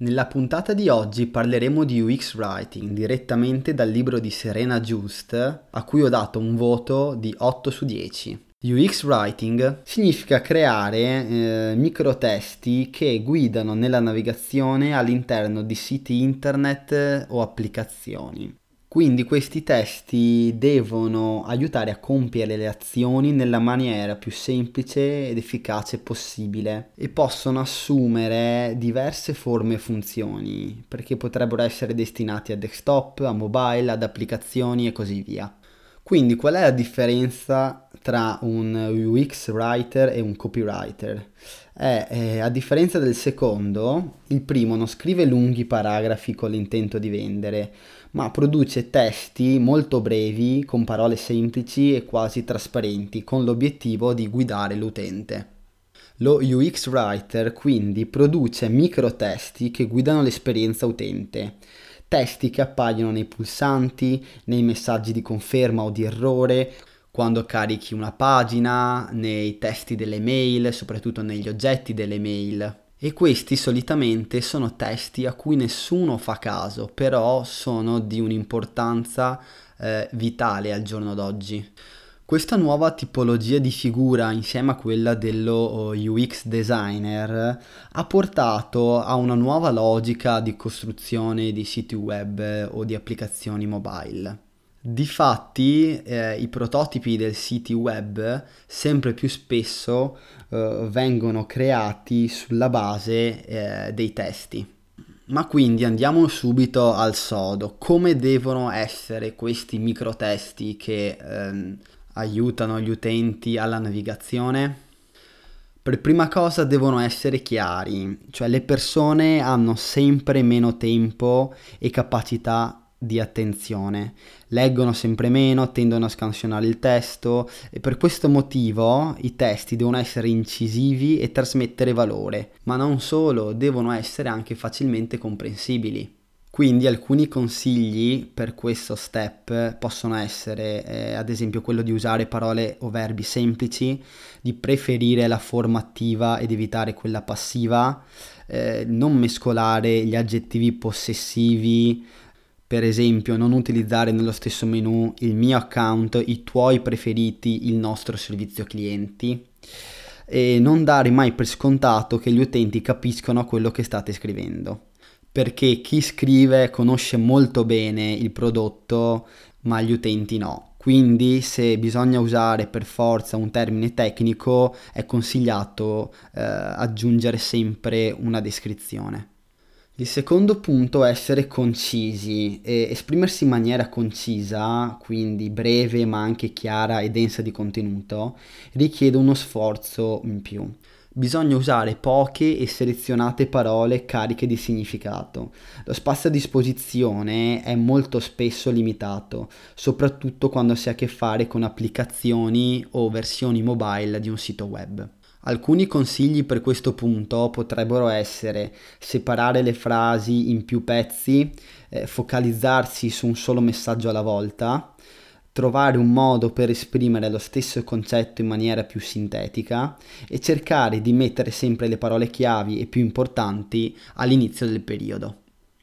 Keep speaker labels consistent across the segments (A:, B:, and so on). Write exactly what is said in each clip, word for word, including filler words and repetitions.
A: Nella puntata di oggi parleremo di U X Writing direttamente dal libro di Serena Just, a cui ho dato un voto di otto su dieci. U X Writing significa creare eh, microtesti che guidano nella navigazione all'interno di siti internet o applicazioni. Quindi questi testi devono aiutare a compiere le azioni nella maniera più semplice ed efficace possibile e possono assumere diverse forme e funzioni, perché potrebbero essere destinati a desktop, a mobile, ad applicazioni e così via. Quindi qual è la differenza tra un U X writer e un copywriter? Eh, eh, a differenza del secondo, il primo non scrive lunghi paragrafi con l'intento di vendere, ma produce testi molto brevi, con parole semplici e quasi trasparenti, con l'obiettivo di guidare l'utente. Lo U X Writer quindi produce microtesti che guidano l'esperienza utente, testi che appaiono nei pulsanti, nei messaggi di conferma o di errore, quando carichi una pagina, nei testi delle mail, soprattutto negli oggetti delle mail. E questi solitamente sono testi a cui nessuno fa caso, però sono di un'importanza eh, vitale al giorno d'oggi. Questa nuova tipologia di figura, insieme a quella dello U X designer, ha portato a una nuova logica di costruzione di siti web o di applicazioni mobile. Difatti, eh, i prototipi del siti web sempre più spesso eh, vengono creati sulla base eh, dei testi. Ma quindi andiamo subito al sodo. Come devono essere questi microtesti che ehm, aiutano gli utenti alla navigazione? Per prima cosa devono essere chiari, cioè le persone hanno sempre meno tempo e capacità di attenzione, leggono sempre meno, tendono a scansionare il testo e per questo motivo i testi devono essere incisivi e trasmettere valore, ma non solo, devono essere anche facilmente comprensibili. Quindi alcuni consigli per questo step possono essere eh, ad esempio quello di usare parole o verbi semplici, di preferire la forma attiva ed evitare quella passiva, eh, non mescolare gli aggettivi possessivi, per esempio non utilizzare nello stesso menu il mio account, i tuoi preferiti, il nostro servizio clienti e non dare mai per scontato che gli utenti capiscono quello che state scrivendo. Perché chi scrive conosce molto bene il prodotto, ma gli utenti no. Quindi se bisogna usare per forza un termine tecnico, è consigliato eh, aggiungere sempre una descrizione. Il secondo punto è essere concisi e esprimersi in maniera concisa, quindi breve ma anche chiara e densa di contenuto, richiede uno sforzo in più. Bisogna usare poche e selezionate parole cariche di significato. Lo spazio a disposizione è molto spesso limitato, soprattutto quando si ha a che fare con applicazioni o versioni mobile di un sito web. Alcuni consigli per questo punto potrebbero essere separare le frasi in più pezzi, eh, focalizzarsi su un solo messaggio alla volta, trovare un modo per esprimere lo stesso concetto in maniera più sintetica e cercare di mettere sempre le parole chiavi e più importanti all'inizio del periodo.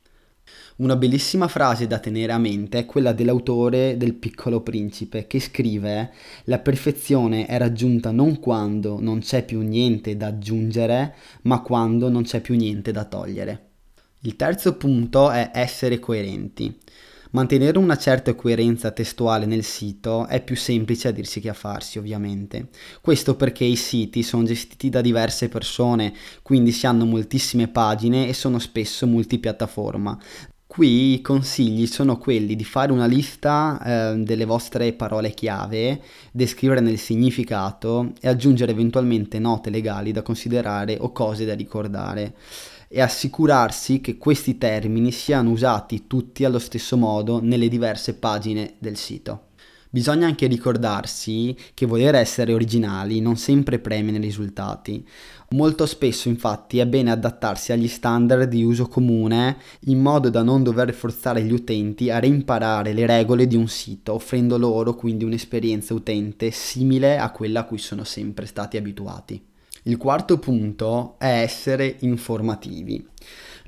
A: Una bellissima frase da tenere a mente è quella dell'autore del Piccolo Principe che scrive: la perfezione è raggiunta non quando non c'è più niente da aggiungere, ma quando non c'è più niente da togliere. Il terzo punto è essere coerenti. Mantenere una certa coerenza testuale nel sito è più semplice a dirsi che a farsi, ovviamente. Questo perché i siti sono gestiti da diverse persone, quindi si hanno moltissime pagine e sono spesso multipiattaforma. Qui i consigli sono quelli di fare una lista eh, delle vostre parole chiave, descriverne il significato e aggiungere eventualmente note legali da considerare o cose da ricordare e assicurarsi che questi termini siano usati tutti allo stesso modo nelle diverse pagine del sito. Bisogna anche ricordarsi che voler essere originali non sempre premia nei risultati. Molto spesso infatti è bene adattarsi agli standard di uso comune in modo da non dover forzare gli utenti a reimparare le regole di un sito, offrendo loro quindi un'esperienza utente simile a quella a cui sono sempre stati abituati. Il quarto punto è essere informativi.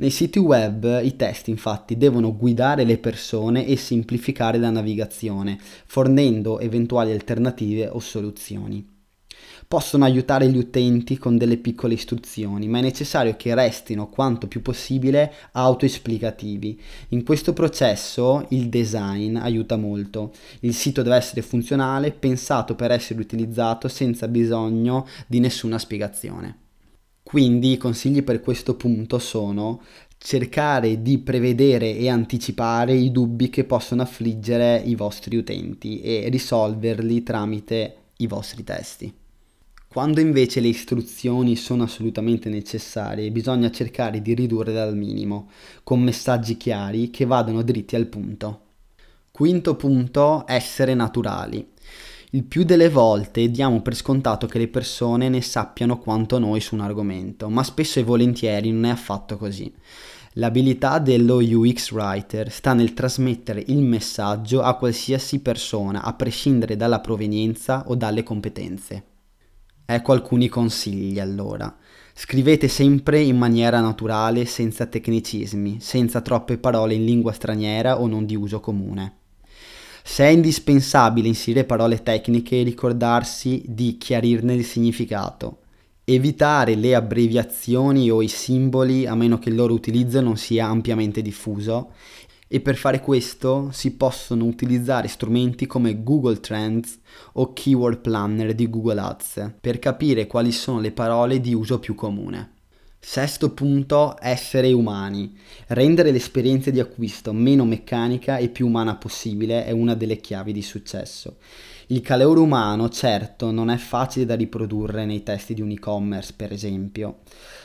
A: Nei siti web i testi infatti devono guidare le persone e semplificare la navigazione, fornendo eventuali alternative o soluzioni. Possono aiutare gli utenti con delle piccole istruzioni, ma è necessario che restino quanto più possibile autoesplicativi. In questo processo il design aiuta molto. Il sito deve essere funzionale, pensato per essere utilizzato senza bisogno di nessuna spiegazione. Quindi i consigli per questo punto sono: cercare di prevedere e anticipare i dubbi che possono affliggere i vostri utenti e risolverli tramite i vostri testi. Quando invece le istruzioni sono assolutamente necessarie, bisogna cercare di ridurre al minimo, con messaggi chiari che vadano dritti al punto. Quinto punto, essere naturali. Il più delle volte diamo per scontato che le persone ne sappiano quanto noi su un argomento, ma spesso e volentieri non è affatto così. L'abilità dello U X Writer sta nel trasmettere il messaggio a qualsiasi persona, a prescindere dalla provenienza o dalle competenze. Ecco alcuni consigli allora. Scrivete sempre in maniera naturale, senza tecnicismi, senza troppe parole in lingua straniera o non di uso comune. Se è indispensabile inserire parole tecniche, ricordarsi di chiarirne il significato. Evitare le abbreviazioni o i simboli a meno che il loro utilizzo non sia ampiamente diffuso. E per fare questo si possono utilizzare strumenti come Google Trends o Keyword Planner di Google Ads per capire quali sono le parole di uso più comune. Sesto punto, essere umani. Rendere l'esperienza di acquisto meno meccanica e più umana possibile è una delle chiavi di successo. Il calore umano, certo, non è facile da riprodurre nei testi di un e-commerce, per esempio,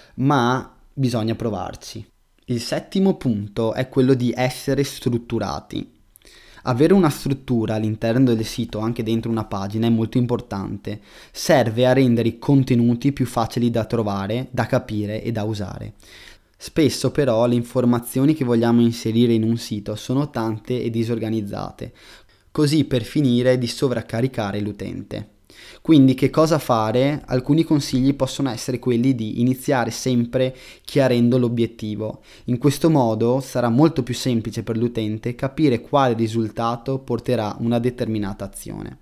A: ma bisogna provarci. Il settimo punto è quello di essere strutturati. Avere una struttura all'interno del sito, anche dentro una pagina, è molto importante. Serve a rendere i contenuti più facili da trovare, da capire e da usare. Spesso però le informazioni che vogliamo inserire in un sito sono tante e disorganizzate, così per finire di sovraccaricare l'utente. Quindi che cosa fare? Alcuni consigli possono essere quelli di iniziare sempre chiarendo l'obiettivo. In questo modo sarà molto più semplice per l'utente capire quale risultato porterà una determinata azione.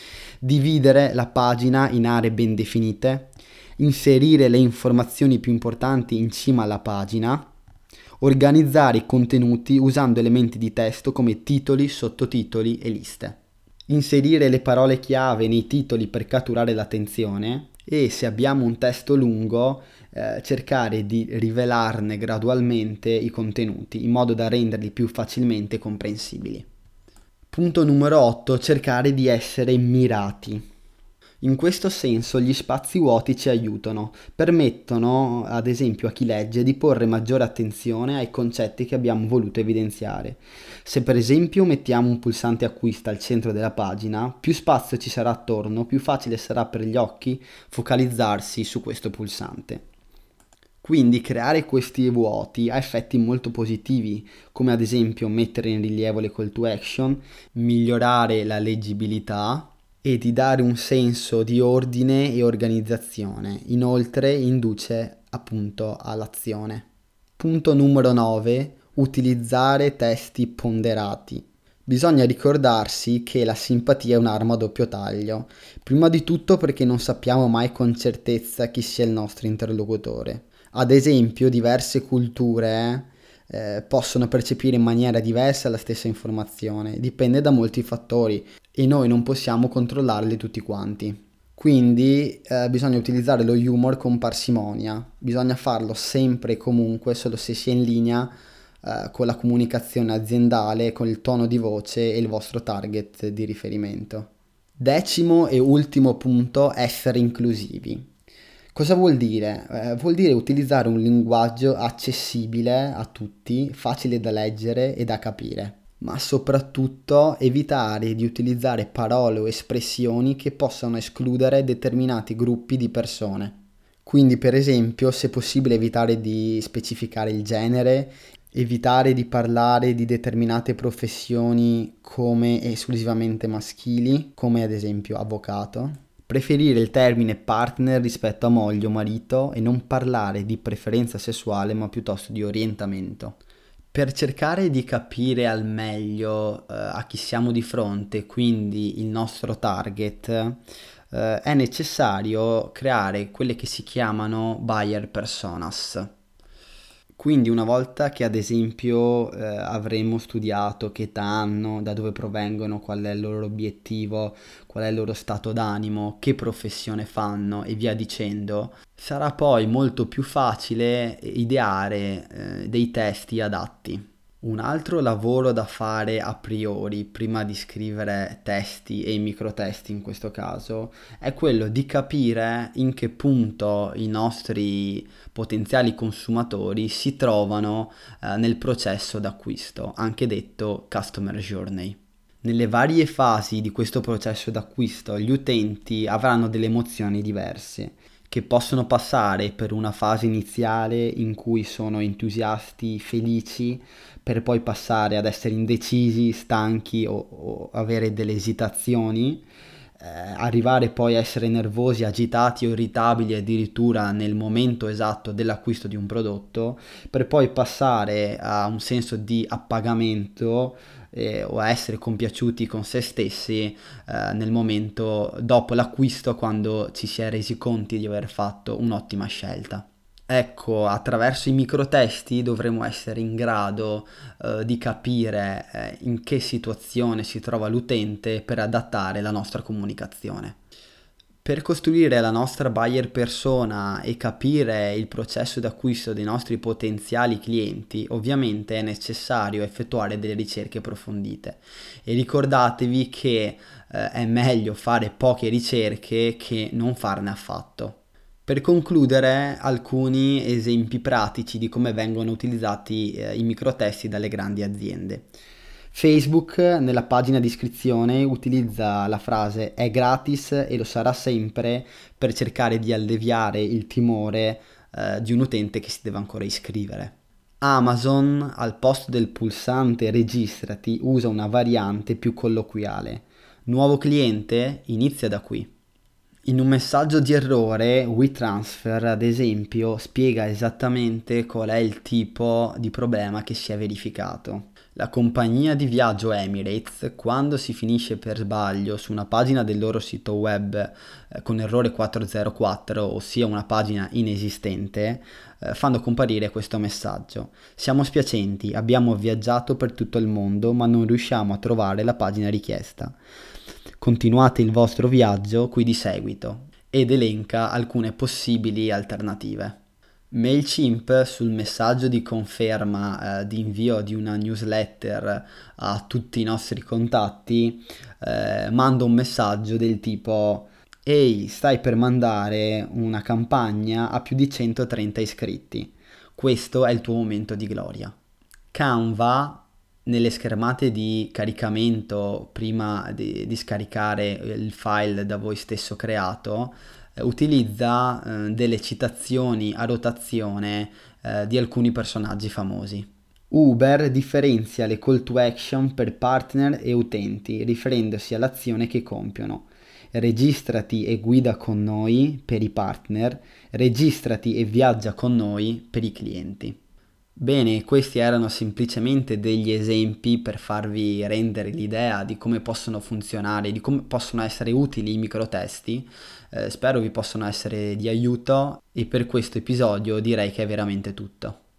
A: Dividere la pagina in aree ben definite, inserire le informazioni più importanti in cima alla pagina, organizzare i contenuti usando elementi di testo come titoli, sottotitoli e liste. Inserire le parole chiave nei titoli per catturare l'attenzione e, se abbiamo un testo lungo, eh, cercare di rivelarne gradualmente i contenuti in modo da renderli più facilmente comprensibili. Punto numero otto, cercare di essere mirati. In questo senso gli spazi vuoti ci aiutano, permettono ad esempio a chi legge di porre maggiore attenzione ai concetti che abbiamo voluto evidenziare. Se per esempio mettiamo un pulsante acquista al centro della pagina, più spazio ci sarà attorno, più facile sarà per gli occhi focalizzarsi su questo pulsante. Quindi creare questi vuoti ha effetti molto positivi, come ad esempio mettere in rilievo le call to action, migliorare la leggibilità e di dare un senso di ordine e organizzazione. Inoltre induce appunto all'azione. Punto numero nove. Utilizzare testi ponderati. Bisogna ricordarsi che la simpatia è un'arma a doppio taglio. Prima di tutto perché non sappiamo mai con certezza chi sia il nostro interlocutore. Ad esempio, diverse culture eh, possono percepire in maniera diversa la stessa informazione. Dipende da molti fattori e noi non possiamo controllarli tutti quanti. Quindi eh, bisogna utilizzare lo humor con parsimonia, bisogna farlo sempre e comunque solo se si è in linea eh, con la comunicazione aziendale, con il tono di voce e il vostro target di riferimento. Decimo e ultimo punto, essere inclusivi. Cosa vuol dire? Eh, vuol dire utilizzare un linguaggio accessibile a tutti, facile da leggere e da capire, ma soprattutto evitare di utilizzare parole o espressioni che possano escludere determinati gruppi di persone. Quindi, per esempio, se possibile evitare di specificare il genere, evitare di parlare di determinate professioni come esclusivamente maschili, come ad esempio avvocato. Preferire il termine partner rispetto a moglie o marito e non parlare di preferenza sessuale ma piuttosto di orientamento. Per cercare di capire al meglio eh, a chi siamo di fronte, quindi il nostro target, eh, è necessario creare quelle che si chiamano buyer personas. Quindi una volta che ad esempio eh, avremo studiato che età hanno, da dove provengono, qual è il loro obiettivo, qual è il loro stato d'animo, che professione fanno e via dicendo, sarà poi molto più facile ideare eh, dei testi adatti. Un altro lavoro da fare a priori, prima di scrivere testi e microtesti in questo caso, è quello di capire in che punto i nostri potenziali consumatori si trovano eh, nel processo d'acquisto, anche detto customer journey. Nelle varie fasi di questo processo d'acquisto gli utenti avranno delle emozioni diverse che possono passare per una fase iniziale in cui sono entusiasti, felici, per poi passare ad essere indecisi, stanchi o, o avere delle esitazioni, eh, arrivare poi a essere nervosi, agitati o irritabili addirittura nel momento esatto dell'acquisto di un prodotto, per poi passare a un senso di appagamento eh, o a essere compiaciuti con se stessi eh, nel momento dopo l'acquisto, quando ci si è resi conti di aver fatto un'ottima scelta. Ecco, attraverso i microtesti dovremo essere in grado eh, di capire eh, in che situazione si trova l'utente per adattare la nostra comunicazione. Per costruire la nostra buyer persona e capire il processo d'acquisto dei nostri potenziali clienti, ovviamente è necessario effettuare delle ricerche approfondite. E ricordatevi che eh, è meglio fare poche ricerche che non farne affatto. Per concludere, alcuni esempi pratici di come vengono utilizzati eh, i microtesti dalle grandi aziende. Facebook nella pagina di iscrizione utilizza la frase è gratis e lo sarà sempre per cercare di alleviare il timore eh, di un utente che si deve ancora iscrivere. Amazon al posto del pulsante registrati usa una variante più colloquiale. Nuovo cliente? Inizia da qui. In un messaggio di errore, WeTransfer, ad esempio, spiega esattamente qual è il tipo di problema che si è verificato. La compagnia di viaggio Emirates, quando si finisce per sbaglio su una pagina del loro sito web eh, con errore quattrocentoquarantaquattro, ossia una pagina inesistente, eh, fanno comparire questo messaggio. Siamo spiacenti, abbiamo viaggiato per tutto il mondo, ma non riusciamo a trovare la pagina richiesta. Continuate il vostro viaggio qui di seguito, ed elenca alcune possibili alternative. MailChimp sul messaggio di conferma eh, di invio di una newsletter a tutti i nostri contatti eh, manda un messaggio del tipo ehi, stai per mandare una campagna a più di centotrenta iscritti, questo è il tuo momento di gloria. Canva nelle schermate di caricamento prima di, di scaricare il file da voi stesso creato eh, utilizza eh, delle citazioni a rotazione eh, di alcuni personaggi famosi. Uber differenzia le call to action per partner e utenti riferendosi all'azione che compiono. Registrati e guida con noi per i partner, registrati e viaggia con noi per i clienti. Bene, questi erano semplicemente degli esempi per farvi rendere l'idea di come possono funzionare, di come possono essere utili i microtesti. Eh, spero vi possano essere di aiuto e per questo episodio direi che è veramente tutto.